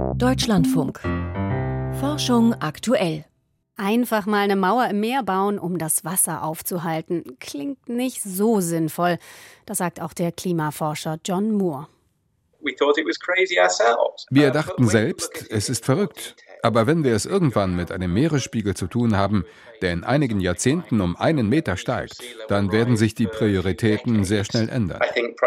Deutschlandfunk. Forschung aktuell. Einfach mal eine Mauer im Meer bauen, um das Wasser aufzuhalten. Klingt nicht so sinnvoll. Das sagt auch der Klimaforscher John Moore. Wir dachten selbst, es ist verrückt. Aber wenn wir es irgendwann mit einem Meeresspiegel zu tun haben, der in einigen Jahrzehnten um 1 Meter steigt, dann werden sich die Prioritäten sehr schnell ändern.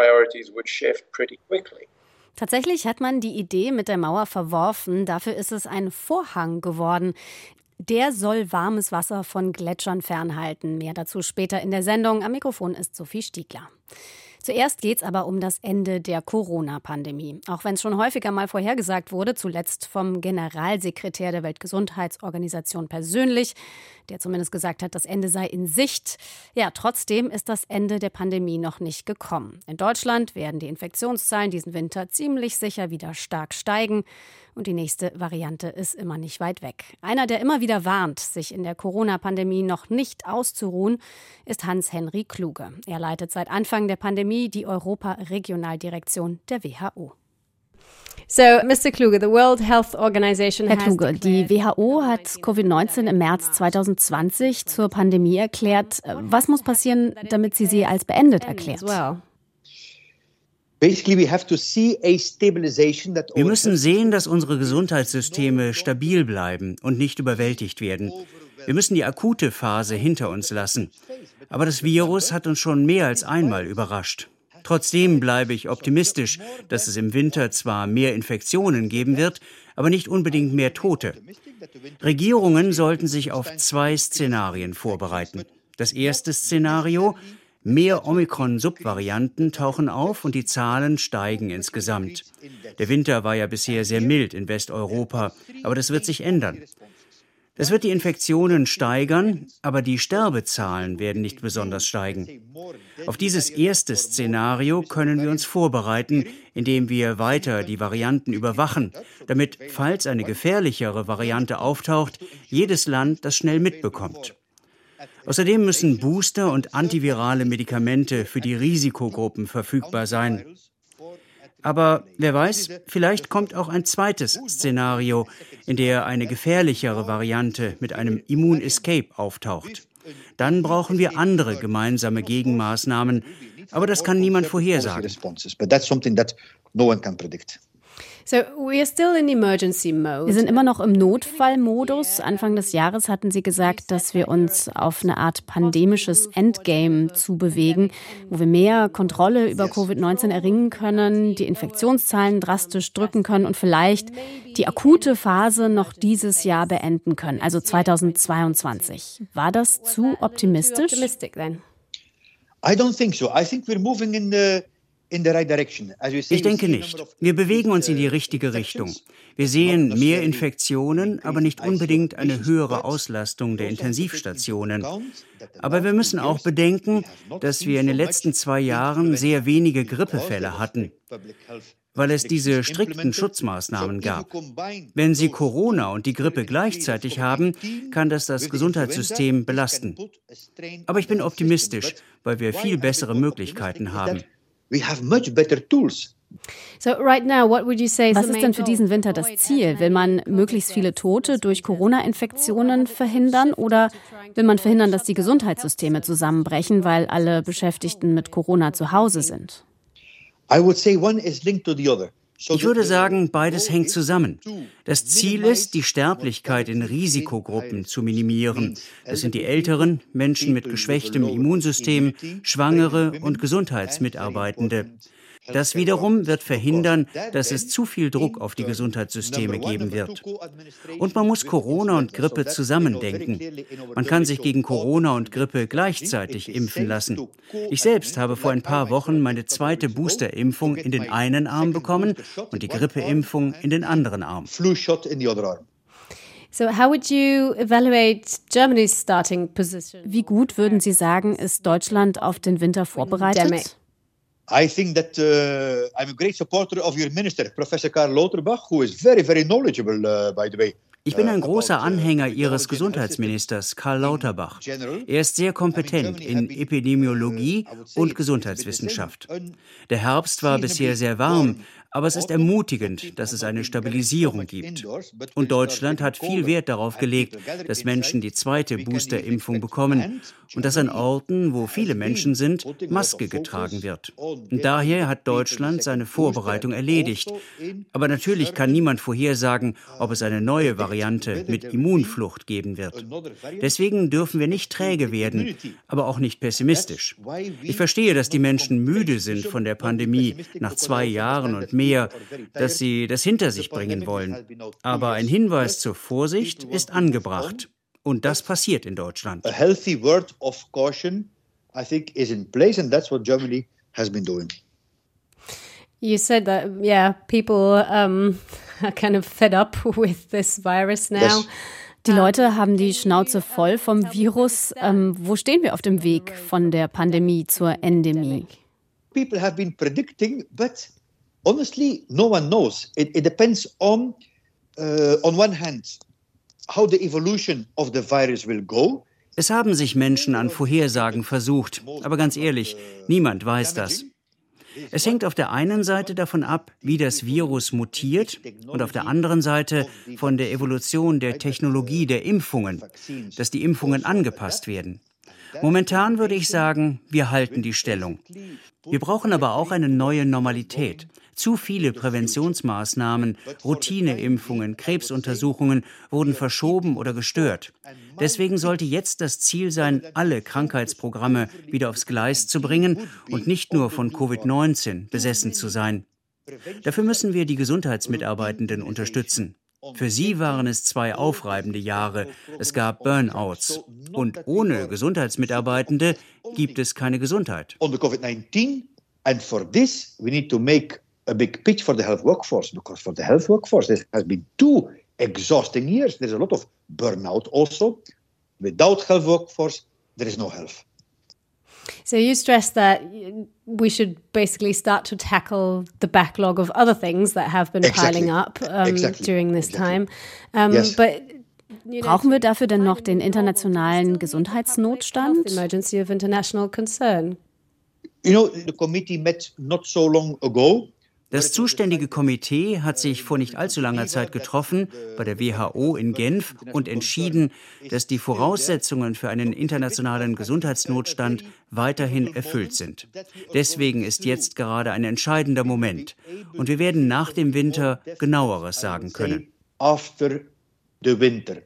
Tatsächlich hat man die Idee mit der Mauer verworfen. Dafür ist es ein Vorhang geworden. Der soll warmes Wasser von Gletschern fernhalten. Mehr dazu später in der Sendung. Am Mikrofon ist Sophie Stiegler. Zuerst geht es aber um das Ende der Corona-Pandemie. Auch wenn es schon häufiger mal vorhergesagt wurde, zuletzt vom Generalsekretär der Weltgesundheitsorganisation persönlich, der zumindest gesagt hat, das Ende sei in Sicht. Ja, trotzdem ist das Ende der Pandemie noch nicht gekommen. In Deutschland werden die Infektionszahlen diesen Winter ziemlich sicher wieder stark steigen. Und die nächste Variante ist immer nicht weit weg. Einer, der immer wieder warnt, sich in der Corona-Pandemie noch nicht auszuruhen, ist Hans-Henry Kluge. Er leitet seit Anfang der Pandemie die Europa-Regionaldirektion der WHO. Mr. Kluge, the World Health Organization Herr Kluge, die WHO hat Covid-19 im März 2020 zur Pandemie erklärt. Was muss passieren, damit sie als beendet erklärt? Wir müssen sehen, dass unsere Gesundheitssysteme stabil bleiben und nicht überwältigt werden. Wir müssen die akute Phase hinter uns lassen. Aber das Virus hat uns schon mehr als einmal überrascht. Trotzdem bleibe ich optimistisch, dass es im Winter zwar mehr Infektionen geben wird, aber nicht unbedingt mehr Tote. Regierungen sollten sich auf 2 Szenarien vorbereiten. Das erste Szenario: mehr Omikron-Subvarianten tauchen auf und die Zahlen steigen insgesamt. Der Winter war ja bisher sehr mild in Westeuropa, aber das wird sich ändern. Das wird die Infektionen steigern, aber die Sterbezahlen werden nicht besonders steigen. Auf dieses erste Szenario können wir uns vorbereiten, indem wir weiter die Varianten überwachen, damit, falls eine gefährlichere Variante auftaucht, jedes Land das schnell mitbekommt. Außerdem müssen Booster und antivirale Medikamente für die Risikogruppen verfügbar sein. Aber wer weiß, vielleicht kommt auch ein zweites Szenario, in der eine gefährlichere Variante mit einem Immun-Escape auftaucht. Dann brauchen wir andere gemeinsame Gegenmaßnahmen, aber das kann niemand vorhersagen. Wir sind immer noch im Notfallmodus. Anfang des Jahres hatten Sie gesagt, dass wir uns auf eine Art pandemisches Endgame zubewegen, wo wir mehr Kontrolle über Covid-19 erringen können, die Infektionszahlen drastisch drücken können und vielleicht die akute Phase noch dieses Jahr beenden können, also 2022. War das zu optimistisch? I don't think so. I think we're moving in the right direction. Ich denke nicht. Wir bewegen uns in die richtige Richtung. Wir sehen mehr Infektionen, aber nicht unbedingt eine höhere Auslastung der Intensivstationen. Aber wir müssen auch bedenken, dass wir in den letzten 2 Jahren sehr wenige Grippefälle hatten, weil es diese strikten Schutzmaßnahmen gab. Wenn Sie Corona und die Grippe gleichzeitig haben, kann das Gesundheitssystem belasten. Aber ich bin optimistisch, weil wir viel bessere Möglichkeiten haben. Was ist denn für diesen Winter das Ziel? Will man möglichst viele Tote durch Corona-Infektionen verhindern oder will man verhindern, dass die Gesundheitssysteme zusammenbrechen, weil alle Beschäftigten mit Corona zu Hause sind? Ich würde sagen, beides hängt zusammen. Das Ziel ist, die Sterblichkeit in Risikogruppen zu minimieren. Das sind die Älteren, Menschen mit geschwächtem Immunsystem, Schwangere und Gesundheitsmitarbeitende. Das wiederum wird verhindern, dass es zu viel Druck auf die Gesundheitssysteme geben wird. Und man muss Corona und Grippe zusammendenken. Man kann sich gegen Corona und Grippe gleichzeitig impfen lassen. Ich selbst habe vor ein paar Wochen meine 2. Boosterimpfung in den einen Arm bekommen und die Grippeimpfung in den anderen Arm. So how would you evaluate Germany's starting position? Wie gut würden Sie sagen, ist Deutschland auf den Winter vorbereitet? I think that I'm a great supporter of your minister, Professor Karl Lauterbach, who is very, very knowledgeable, by the way. Ich bin ein großer Anhänger Ihres Gesundheitsministers Karl Lauterbach. Er ist sehr kompetent in Epidemiologie und Gesundheitswissenschaft. Der Herbst war bisher sehr warm, Aber es ist ermutigend, dass es eine Stabilisierung gibt. Und Deutschland hat viel Wert darauf gelegt, dass Menschen die zweite Boosterimpfung bekommen und dass an Orten, wo viele Menschen sind, Maske getragen wird. Und daher hat Deutschland seine Vorbereitung erledigt. Aber natürlich kann niemand vorhersagen, ob es eine neue Variante mit Immunflucht geben wird. Deswegen dürfen wir nicht träge werden, aber auch nicht pessimistisch. Ich verstehe, dass die Menschen müde sind von der Pandemie nach 2 Jahren und mehr, dass sie das hinter sich bringen wollen. Aber ein Hinweis zur Vorsicht ist angebracht. Und das passiert in Deutschland. A healthy word of caution, I think, is in place, and that's what Germany has been doing. You said that, people are kind of fed up with this virus now. Yes. Die Leute haben die Schnauze voll vom Virus. Wo stehen wir auf dem Weg von der Pandemie zur Endemie? People have been predicting, but honestly, no one knows. It depends on one hand, how the evolution of the virus will go. Es haben sich Menschen an Vorhersagen versucht, aber ganz ehrlich, niemand weiß das. Es hängt auf der einen Seite davon ab, wie das Virus mutiert und auf der anderen Seite von der Evolution der Technologie der Impfungen, dass die Impfungen angepasst werden. Momentan würde ich sagen, wir halten die Stellung. Wir brauchen aber auch eine neue Normalität. Zu viele Präventionsmaßnahmen, Routineimpfungen, Krebsuntersuchungen wurden verschoben oder gestört. Deswegen sollte jetzt das Ziel sein, alle Krankheitsprogramme wieder aufs Gleis zu bringen und nicht nur von Covid-19 besessen zu sein. Dafür müssen wir die Gesundheitsmitarbeitenden unterstützen. Für sie waren es 2 aufreibende Jahre. Es gab Burnouts. Und ohne Gesundheitsmitarbeitende gibt es keine Gesundheit. On the COVID-19, and for this we need to make a big pitch for the health workforce, because for the health workforce this has been 2 exhausting years. There's a lot of burnout also. Without health workforce, there is no health. So you stress that we should basically start to tackle the backlog of other things that have been piling up during this time. Yes. But Brauchen wir dafür denn noch den internationalen Gesundheitsnotstand? Emergency of international concern. You know, the committee met not so long ago. Das zuständige Komitee hat sich vor nicht allzu langer Zeit getroffen bei der WHO in Genf und entschieden, dass die Voraussetzungen für einen internationalen Gesundheitsnotstand weiterhin erfüllt sind. Deswegen ist jetzt gerade ein entscheidender Moment. Und wir werden nach dem Winter genaueres sagen können. After the winter.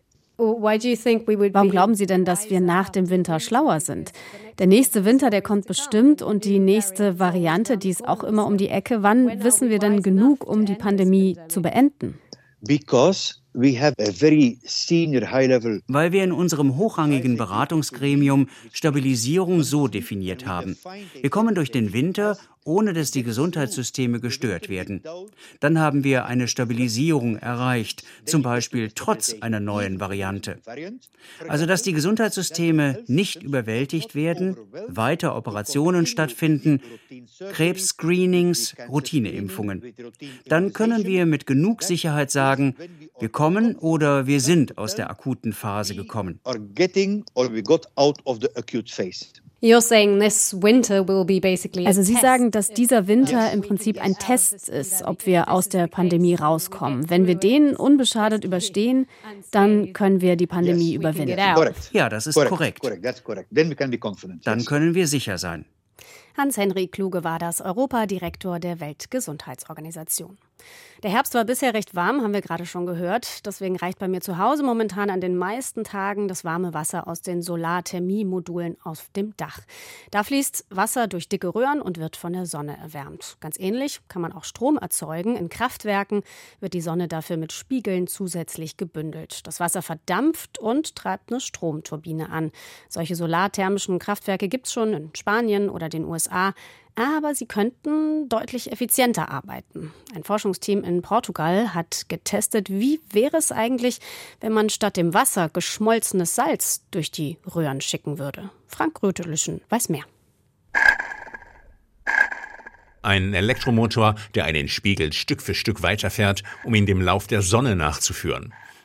Warum glauben Sie denn, dass wir nach dem Winter schlauer sind? Der nächste Winter, der kommt bestimmt und die nächste Variante, die ist auch immer um die Ecke. Wann wissen wir denn genug, um die Pandemie zu beenden? Because we have a very senior high-level. Weil wir in unserem hochrangigen Beratungsgremium Stabilisierung so definiert haben. Wir kommen durch den Winter, ohne dass die Gesundheitssysteme gestört werden. Dann haben wir eine Stabilisierung erreicht, zum Beispiel trotz einer neuen Variante. Also, dass die Gesundheitssysteme nicht überwältigt werden, weiter Operationen stattfinden, Krebsscreenings, Routineimpfungen. Dann können wir mit genug Sicherheit sagen, wir kommen oder wir sind aus der akuten Phase gekommen. Also Sie sagen, dass dieser Winter im Prinzip ein Test ist, ob wir aus der Pandemie rauskommen. Wenn wir den unbeschadet überstehen, dann können wir die Pandemie überwinden. Ja, das ist korrekt. Dann können wir sicher sein. Hans-Henry Kluge war das, Europadirektor der Weltgesundheitsorganisation. Der Herbst war bisher recht warm, haben wir gerade schon gehört. Deswegen reicht bei mir zu Hause momentan an den meisten Tagen das warme Wasser aus den Solarthermie-Modulen auf dem Dach. Da fließt Wasser durch dicke Röhren und wird von der Sonne erwärmt. Ganz ähnlich kann man auch Strom erzeugen. In Kraftwerken wird die Sonne dafür mit Spiegeln zusätzlich gebündelt. Das Wasser verdampft und treibt eine Stromturbine an. Solche solarthermischen Kraftwerke gibt es schon in Spanien oder den USA. Aber sie könnten deutlich effizienter arbeiten. Ein Forschungsteam in Portugal hat getestet, wie wäre es eigentlich, wenn man statt dem Wasser geschmolzenes Salz durch die Röhren schicken würde. Frank Rötelischen weiß mehr. Ein Elektromotor, der einen Spiegel Stück für Stück weiterfährt, um ihn dem Lauf der Sonne nachzuführen.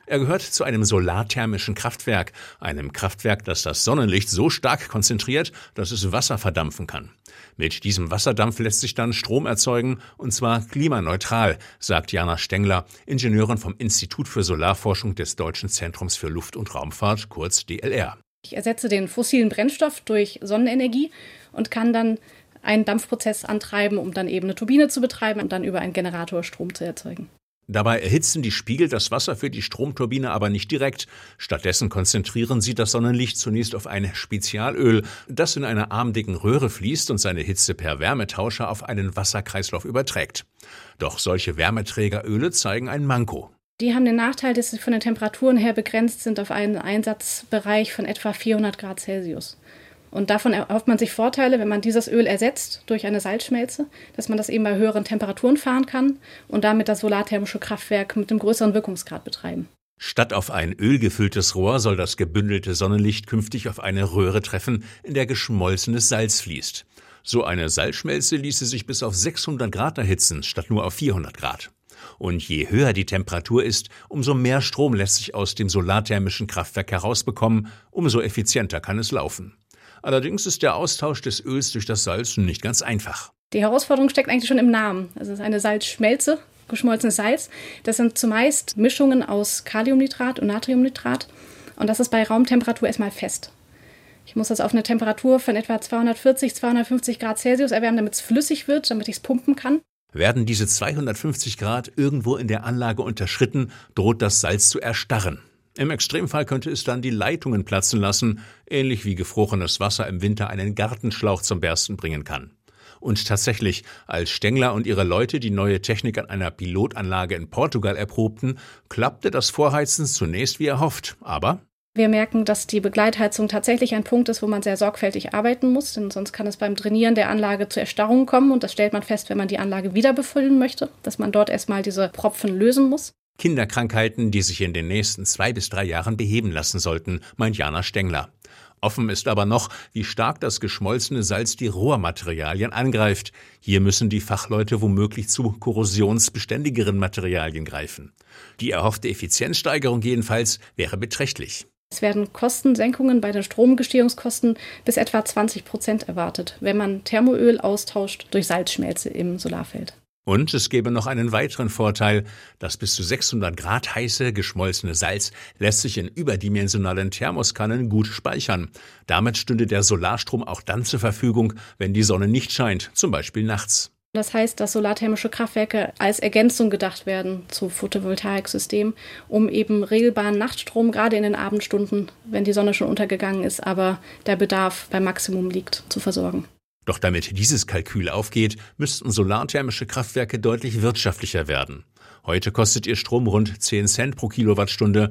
Er gehört zu einem solarthermischen Kraftwerk, einem Kraftwerk, das das Sonnenlicht so stark konzentriert, dass es Wasser verdampfen kann. Mit diesem Wasserdampf lässt sich dann Strom erzeugen, und zwar klimaneutral, sagt Jana Stengler, Ingenieurin vom Institut für Solarforschung des Deutschen Zentrums für Luft- und Raumfahrt, kurz DLR. Ich ersetze den fossilen Brennstoff durch Sonnenenergie und kann dann einen Dampfprozess antreiben, um dann eben eine Turbine zu betreiben und dann über einen Generator Strom zu erzeugen. Dabei erhitzen die Spiegel das Wasser für die Stromturbine aber nicht direkt. Stattdessen konzentrieren sie das Sonnenlicht zunächst auf ein Spezialöl, das in einer armdicken Röhre fließt und seine Hitze per Wärmetauscher auf einen Wasserkreislauf überträgt. Doch solche Wärmeträgeröle zeigen ein Manko. Die haben den Nachteil, dass sie von den Temperaturen her begrenzt sind auf einen Einsatzbereich von etwa 400 Grad Celsius. Und davon erhofft man sich Vorteile, wenn man dieses Öl ersetzt durch eine Salzschmelze, dass man das eben bei höheren Temperaturen fahren kann und damit das solarthermische Kraftwerk mit einem größeren Wirkungsgrad betreiben. Statt auf ein ölgefülltes Rohr soll das gebündelte Sonnenlicht künftig auf eine Röhre treffen, in der geschmolzenes Salz fließt. So eine Salzschmelze ließe sich bis auf 600 Grad erhitzen, statt nur auf 400 Grad. Und je höher die Temperatur ist, umso mehr Strom lässt sich aus dem solarthermischen Kraftwerk herausbekommen, umso effizienter kann es laufen. Allerdings ist der Austausch des Öls durch das Salz nicht ganz einfach. Die Herausforderung steckt eigentlich schon im Namen. Es ist eine Salzschmelze, geschmolzenes Salz. Das sind zumeist Mischungen aus Kaliumnitrat und Natriumnitrat. Und das ist bei Raumtemperatur erstmal fest. Ich muss das auf eine Temperatur von etwa 240, 250 Grad Celsius erwärmen, damit es flüssig wird, damit ich es pumpen kann. Werden diese 250 Grad irgendwo in der Anlage unterschritten, droht das Salz zu erstarren. Im Extremfall könnte es dann die Leitungen platzen lassen, ähnlich wie gefrorenes Wasser im Winter einen Gartenschlauch zum Bersten bringen kann. Und tatsächlich, als Stengler und ihre Leute die neue Technik an einer Pilotanlage in Portugal erprobten, klappte das Vorheizen zunächst wie erhofft, aber wir merken, dass die Begleitheizung tatsächlich ein Punkt ist, wo man sehr sorgfältig arbeiten muss, denn sonst kann es beim Trainieren der Anlage zu Erstarrungen kommen und das stellt man fest, wenn man die Anlage wieder befüllen möchte, dass man dort erstmal diese Propfen lösen muss. Kinderkrankheiten, die sich in den nächsten 2 bis 3 Jahren beheben lassen sollten, meint Jana Stengler. Offen ist aber noch, wie stark das geschmolzene Salz die Rohrmaterialien angreift. Hier müssen die Fachleute womöglich zu korrosionsbeständigeren Materialien greifen. Die erhoffte Effizienzsteigerung jedenfalls wäre beträchtlich. Es werden Kostensenkungen bei den Stromgestehungskosten bis etwa 20% erwartet, wenn man Thermoöl austauscht durch Salzschmelze im Solarfeld. Und es gäbe noch einen weiteren Vorteil. Das bis zu 600 Grad heiße, geschmolzene Salz lässt sich in überdimensionalen Thermoskannen gut speichern. Damit stünde der Solarstrom auch dann zur Verfügung, wenn die Sonne nicht scheint, zum Beispiel nachts. Das heißt, dass solarthermische Kraftwerke als Ergänzung gedacht werden zu Photovoltaiksystemen, um eben regelbaren Nachtstrom, gerade in den Abendstunden, wenn die Sonne schon untergegangen ist, aber der Bedarf beim Maximum liegt, zu versorgen. Doch damit dieses Kalkül aufgeht, müssten solarthermische Kraftwerke deutlich wirtschaftlicher werden. Heute kostet ihr Strom rund 10 Cent pro Kilowattstunde,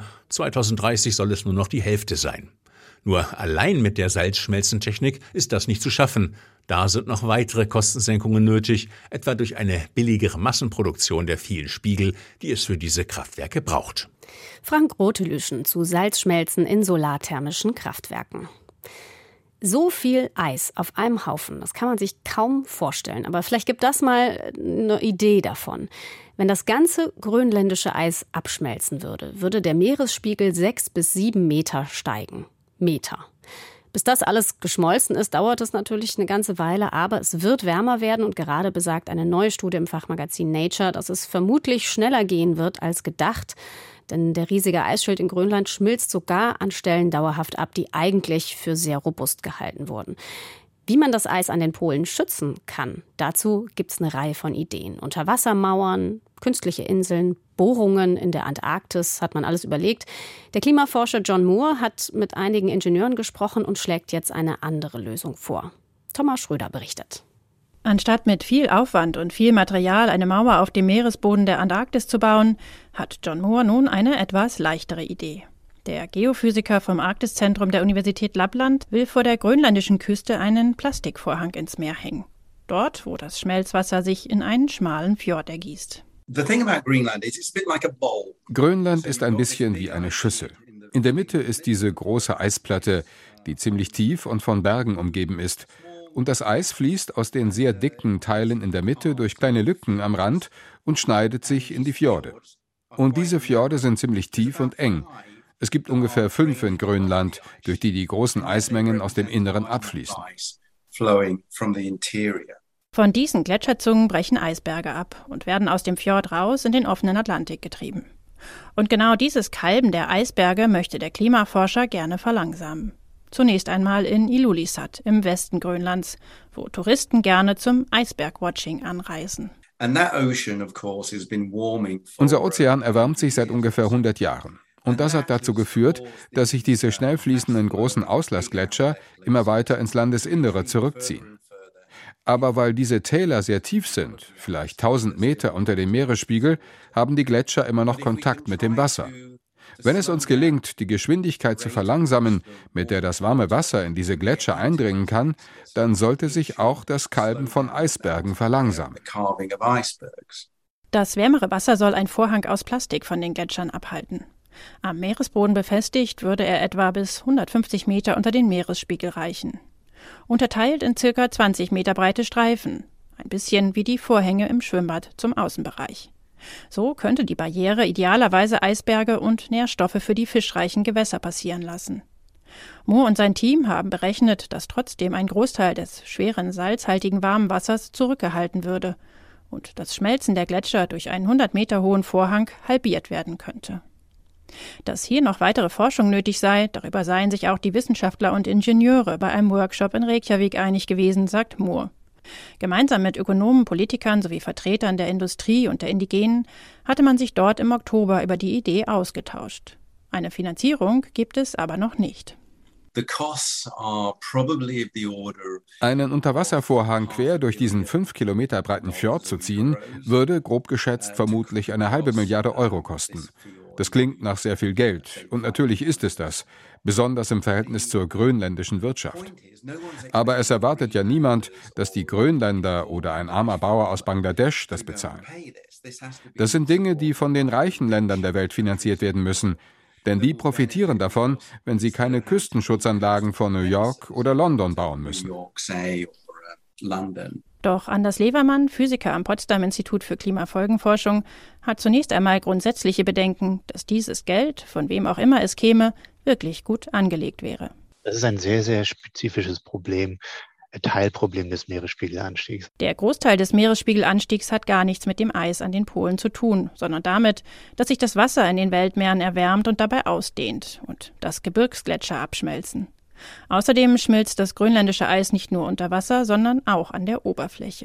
2030 soll es nur noch die Hälfte sein. Nur allein mit der Salzschmelzentechnik ist das nicht zu schaffen. Da sind noch weitere Kostensenkungen nötig, etwa durch eine billigere Massenproduktion der vielen Spiegel, die es für diese Kraftwerke braucht. Frank Rotelüschen zu Salzschmelzen in solarthermischen Kraftwerken. So viel Eis auf einem Haufen, das kann man sich kaum vorstellen. Aber vielleicht gibt das mal eine Idee davon. Wenn das ganze grönländische Eis abschmelzen würde, würde der Meeresspiegel 6 bis 7 Meter steigen. Meter. Bis das alles geschmolzen ist, dauert es natürlich eine ganze Weile, aber es wird wärmer werden und gerade besagt eine neue Studie im Fachmagazin Nature, dass es vermutlich schneller gehen wird als gedacht. Denn der riesige Eisschild in Grönland schmilzt sogar an Stellen dauerhaft ab, die eigentlich für sehr robust gehalten wurden. Wie man das Eis an den Polen schützen kann, dazu gibt es eine Reihe von Ideen. Unterwassermauern, künstliche Inseln, Bohrungen in der Antarktis, hat man alles überlegt. Der Klimaforscher John Moore hat mit einigen Ingenieuren gesprochen und schlägt jetzt eine andere Lösung vor. Thomas Schröder berichtet. Anstatt mit viel Aufwand und viel Material eine Mauer auf dem Meeresboden der Antarktis zu bauen, hat John Moore nun eine etwas leichtere Idee. Der Geophysiker vom Arktiszentrum der Universität Lappland will vor der grönländischen Küste einen Plastikvorhang ins Meer hängen. Dort, wo das Schmelzwasser sich in einen schmalen Fjord ergießt. Grönland ist ein bisschen wie eine Schüssel. In der Mitte ist diese große Eisplatte, die ziemlich tief und von Bergen umgeben ist. Und das Eis fließt aus den sehr dicken Teilen in der Mitte durch kleine Lücken am Rand und schneidet sich in die Fjorde. Und diese Fjorde sind ziemlich tief und eng. Es gibt ungefähr 5 in Grönland, durch die großen Eismengen aus dem Inneren abfließen. Von diesen Gletscherzungen brechen Eisberge ab und werden aus dem Fjord raus in den offenen Atlantik getrieben. Und genau dieses Kalben der Eisberge möchte der Klimaforscher gerne verlangsamen. Zunächst einmal in Ilulissat im Westen Grönlands, wo Touristen gerne zum Eisbergwatching anreisen. Unser Ozean erwärmt sich seit ungefähr 100 Jahren. Und das hat dazu geführt, dass sich diese schnell fließenden großen Auslassgletscher immer weiter ins Landesinnere zurückziehen. Aber weil diese Täler sehr tief sind, vielleicht 1000 Meter unter dem Meeresspiegel, haben die Gletscher immer noch Kontakt mit dem Wasser. Wenn es uns gelingt, die Geschwindigkeit zu verlangsamen, mit der das warme Wasser in diese Gletscher eindringen kann, dann sollte sich auch das Kalben von Eisbergen verlangsamen. Das wärmere Wasser soll ein Vorhang aus Plastik von den Gletschern abhalten. Am Meeresboden befestigt würde er etwa bis 150 Meter unter den Meeresspiegel reichen. Unterteilt in ca. 20 Meter breite Streifen, ein bisschen wie die Vorhänge im Schwimmbad zum Außenbereich. So könnte die Barriere idealerweise Eisberge und Nährstoffe für die fischreichen Gewässer passieren lassen. Moore und sein Team haben berechnet, dass trotzdem ein Großteil des schweren, salzhaltigen warmen Wassers zurückgehalten würde und das Schmelzen der Gletscher durch einen 100 Meter hohen Vorhang halbiert werden könnte. Dass hier noch weitere Forschung nötig sei, darüber seien sich auch die Wissenschaftler und Ingenieure bei einem Workshop in Reykjavik einig gewesen, sagt Moore. Gemeinsam mit Ökonomen, Politikern sowie Vertretern der Industrie und der Indigenen hatte man sich dort im Oktober über die Idee ausgetauscht. Eine Finanzierung gibt es aber noch nicht. Einen Unterwasservorhang quer durch diesen 5 Kilometer breiten Fjord zu ziehen, würde grob geschätzt vermutlich eine halbe Milliarde Euro kosten. Das klingt nach sehr viel Geld, und natürlich ist es das, besonders im Verhältnis zur grönländischen Wirtschaft. Aber es erwartet ja niemand, dass die Grönländer oder ein armer Bauer aus Bangladesch das bezahlen. Das sind Dinge, die von den reichen Ländern der Welt finanziert werden müssen, denn die profitieren davon, wenn sie keine Küstenschutzanlagen vor New York oder London bauen müssen. Doch Anders Levermann, Physiker am Potsdam-Institut für Klimafolgenforschung, hat zunächst einmal grundsätzliche Bedenken, dass dieses Geld, von wem auch immer es käme, wirklich gut angelegt wäre. Das ist ein sehr, sehr spezifisches Problem, Teilproblem des Meeresspiegelanstiegs. Der Großteil des Meeresspiegelanstiegs hat gar nichts mit dem Eis an den Polen zu tun, sondern damit, dass sich das Wasser in den Weltmeeren erwärmt und dabei ausdehnt und dass Gebirgsgletscher abschmelzen. Außerdem schmilzt das grönländische Eis nicht nur unter Wasser, sondern auch an der Oberfläche.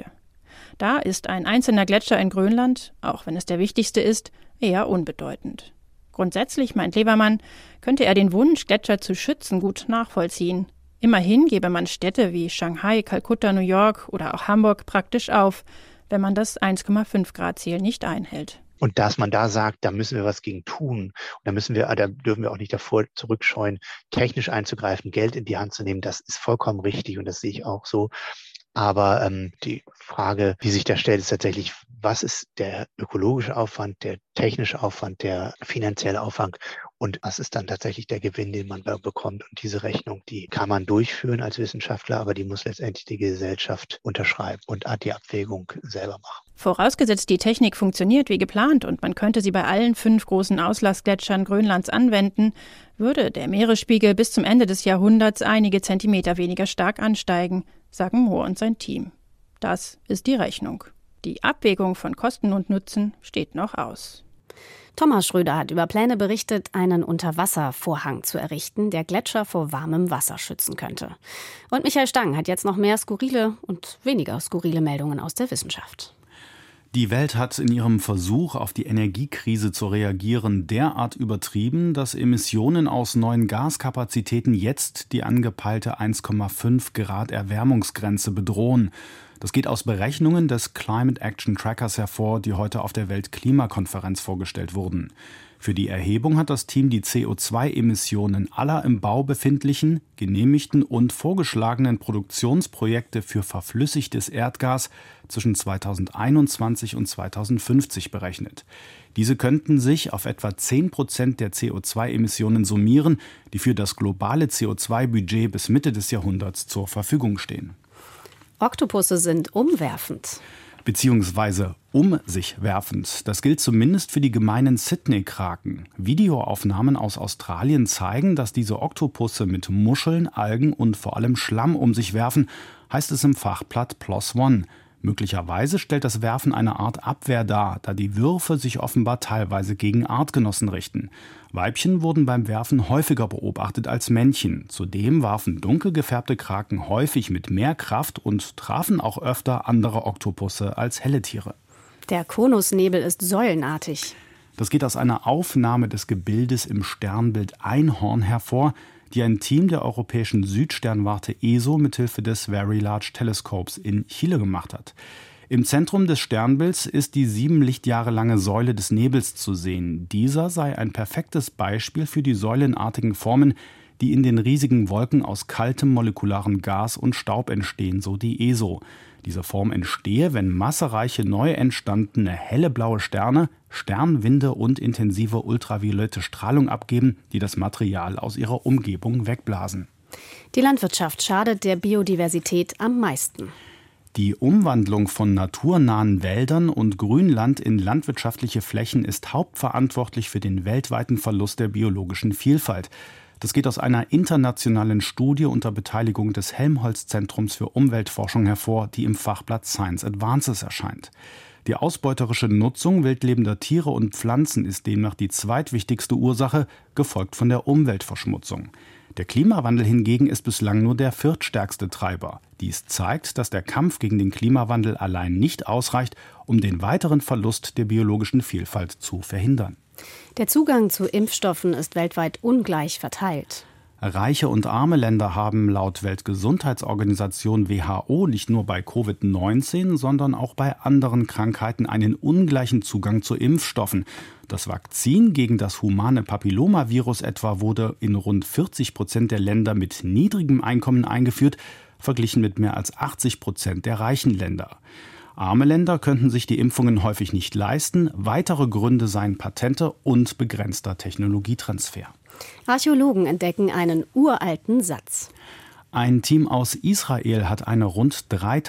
Da ist ein einzelner Gletscher in Grönland, auch wenn es der wichtigste ist, eher unbedeutend. Grundsätzlich, meint Levermann, könnte er den Wunsch, Gletscher zu schützen, gut nachvollziehen. Immerhin gebe man Städte wie Shanghai, Kalkutta, New York oder auch Hamburg praktisch auf, wenn man das 1,5-Grad-Ziel nicht einhält. Und dass man da sagt, da müssen wir was gegen tun. Und da dürfen wir auch nicht davor zurückscheuen, technisch einzugreifen, Geld in die Hand zu nehmen. Das ist vollkommen richtig und das sehe ich auch so. Aber die Frage, die sich da stellt, ist tatsächlich, was ist der ökologische Aufwand, der technische Aufwand, der finanzielle Aufwand und was ist dann tatsächlich der Gewinn, den man bekommt. Und diese Rechnung, die kann man durchführen als Wissenschaftler, aber die muss letztendlich die Gesellschaft unterschreiben und die Abwägung selber machen. Vorausgesetzt, die Technik funktioniert wie geplant und man könnte sie bei allen 5 großen Auslassgletschern Grönlands anwenden, würde der Meeresspiegel bis zum Ende des Jahrhunderts einige Zentimeter weniger stark ansteigen, sagen Moore und sein Team. Das ist die Rechnung. Die Abwägung von Kosten und Nutzen steht noch aus. Thomas Schröder hat über Pläne berichtet, einen Unterwasservorhang zu errichten, der Gletscher vor warmem Wasser schützen könnte. Und Michael Stang hat jetzt noch mehr skurrile und weniger skurrile Meldungen aus der Wissenschaft. Die Welt hat in ihrem Versuch, auf die Energiekrise zu reagieren, derart übertrieben, dass Emissionen aus neuen Gaskapazitäten jetzt die angepeilte 1,5 Grad Erwärmungsgrenze bedrohen. Das geht aus Berechnungen des Climate Action Trackers hervor, die heute auf der Weltklimakonferenz vorgestellt wurden. Für die Erhebung hat das Team die CO2-Emissionen aller im Bau befindlichen, genehmigten und vorgeschlagenen Produktionsprojekte für verflüssigtes Erdgas zwischen 2021 und 2050 berechnet. Diese könnten sich auf etwa 10% der CO2-Emissionen summieren, die für das globale CO2-Budget bis Mitte des Jahrhunderts zur Verfügung stehen. Oktopusse sind umwerfend. beziehungsweise um sich werfend. Das gilt zumindest für die gemeinen Sydney-Kraken. Videoaufnahmen aus Australien zeigen, dass diese Oktopusse mit Muscheln, Algen und vor allem Schlamm um sich werfen, heißt es im Fachblatt PLOS ONE. Möglicherweise stellt das Werfen eine Art Abwehr dar, da die Würfe sich offenbar teilweise gegen Artgenossen richten. Weibchen wurden beim Werfen häufiger beobachtet als Männchen. Zudem warfen dunkel gefärbte Kraken häufig mit mehr Kraft und trafen auch öfter andere Oktopusse als helle Tiere. Der Konusnebel ist säulenartig. Das geht aus einer Aufnahme des Gebildes im Sternbild Einhorn hervor, die ein Team der europäischen Südsternwarte ESO mithilfe des Very Large Telescopes in Chile gemacht hat. Im Zentrum des Sternbilds ist die 7 Lichtjahre lange Säule des Nebels zu sehen. Dieser sei ein perfektes Beispiel für die säulenartigen Formen, die in den riesigen Wolken aus kaltem molekularen Gas und Staub entstehen, so die ESO. Diese Form entstehe, wenn massereiche, neu entstandene helle blaue Sterne Sternwinde und intensive ultraviolette Strahlung abgeben, die das Material aus ihrer Umgebung wegblasen. Die Landwirtschaft schadet der Biodiversität am meisten. Die Umwandlung von naturnahen Wäldern und Grünland in landwirtschaftliche Flächen ist hauptverantwortlich für den weltweiten Verlust der biologischen Vielfalt. Das geht aus einer internationalen Studie unter Beteiligung des Helmholtz-Zentrums für Umweltforschung hervor, die im Fachblatt Science Advances erscheint. Die ausbeuterische Nutzung wildlebender Tiere und Pflanzen ist demnach die zweitwichtigste Ursache, gefolgt von der Umweltverschmutzung. Der Klimawandel hingegen ist bislang nur der viertstärkste Treiber. Dies zeigt, dass der Kampf gegen den Klimawandel allein nicht ausreicht, um den weiteren Verlust der biologischen Vielfalt zu verhindern. Der Zugang zu Impfstoffen ist weltweit ungleich verteilt. Reiche und arme Länder haben laut Weltgesundheitsorganisation WHO nicht nur bei Covid-19, sondern auch bei anderen Krankheiten einen ungleichen Zugang zu Impfstoffen. Das Vakzin gegen das humane Papillomavirus etwa wurde in rund 40% der Länder mit niedrigem Einkommen eingeführt, verglichen mit mehr als 80% der reichen Länder. Arme Länder könnten sich die Impfungen häufig nicht leisten. Weitere Gründe seien Patente und begrenzter Technologietransfer. Archäologen entdecken einen uralten Satz. Ein Team aus Israel hat eine rund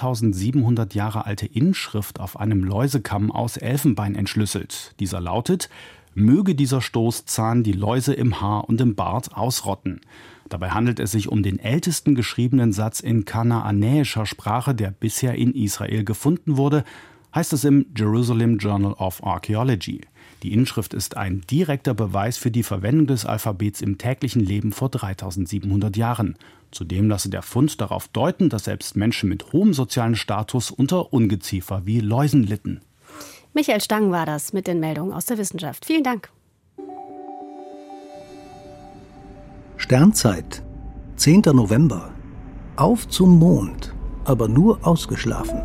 3700 Jahre alte Inschrift auf einem Läusekamm aus Elfenbein entschlüsselt. Dieser lautet: Möge dieser Stoßzahn die Läuse im Haar und im Bart ausrotten. Dabei handelt es sich um den ältesten geschriebenen Satz in kanaanäischer Sprache, der bisher in Israel gefunden wurde, heißt es im Jerusalem Journal of Archaeology. Die Inschrift ist ein direkter Beweis für die Verwendung des Alphabets im täglichen Leben vor 3700 Jahren. Zudem lasse der Fund darauf deuten, dass selbst Menschen mit hohem sozialen Status unter Ungeziefer wie Läusen litten. Michael Stang war das mit den Meldungen aus der Wissenschaft. Vielen Dank. Sternzeit, 10. November. Auf zum Mond, aber nur ausgeschlafen.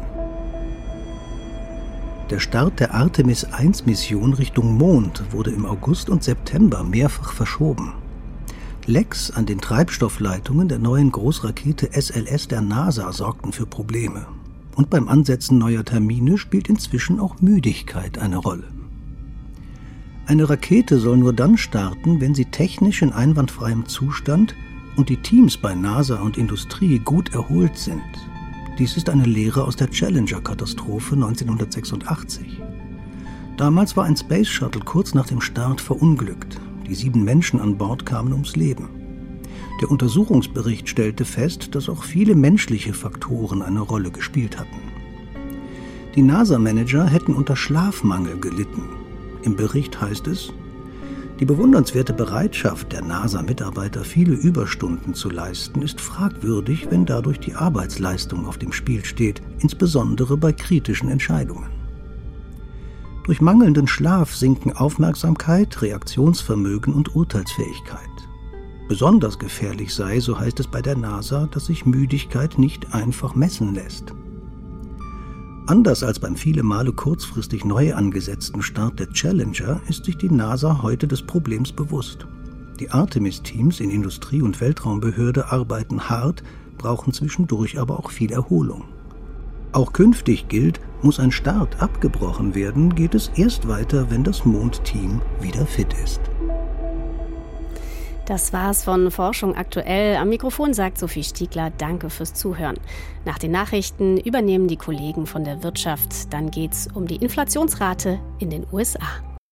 Der Start der Artemis-1-Mission Richtung Mond wurde im August und September mehrfach verschoben. Lecks an den Treibstoffleitungen der neuen Großrakete SLS der NASA sorgten für Probleme. Und beim Ansetzen neuer Termine spielt inzwischen auch Müdigkeit eine Rolle. Eine Rakete soll nur dann starten, wenn sie technisch in einwandfreiem Zustand und die Teams bei NASA und Industrie gut erholt sind. Dies ist eine Lehre aus der Challenger-Katastrophe 1986. Damals war ein Space Shuttle kurz nach dem Start verunglückt. Die 7 Menschen an Bord kamen ums Leben. Der Untersuchungsbericht stellte fest, dass auch viele menschliche Faktoren eine Rolle gespielt hatten. Die NASA-Manager hätten unter Schlafmangel gelitten. Im Bericht heißt es: Die bewundernswerte Bereitschaft der NASA-Mitarbeiter, viele Überstunden zu leisten, ist fragwürdig, wenn dadurch die Arbeitsleistung auf dem Spiel steht, insbesondere bei kritischen Entscheidungen. Durch mangelnden Schlaf sinken Aufmerksamkeit, Reaktionsvermögen und Urteilsfähigkeit. Besonders gefährlich sei, so heißt es bei der NASA, dass sich Müdigkeit nicht einfach messen lässt. Anders als beim viele Male kurzfristig neu angesetzten Start der Challenger ist sich die NASA heute des Problems bewusst. Die Artemis-Teams in Industrie- und Weltraumbehörde arbeiten hart, brauchen zwischendurch aber auch viel Erholung. Auch künftig gilt, muss ein Start abgebrochen werden, geht es erst weiter, wenn das Mondteam wieder fit ist. Das war's von Forschung aktuell. Am Mikrofon sagt Sophie Stiegler, danke fürs Zuhören. Nach den Nachrichten übernehmen die Kollegen von der Wirtschaft. Dann geht's um die Inflationsrate in den USA.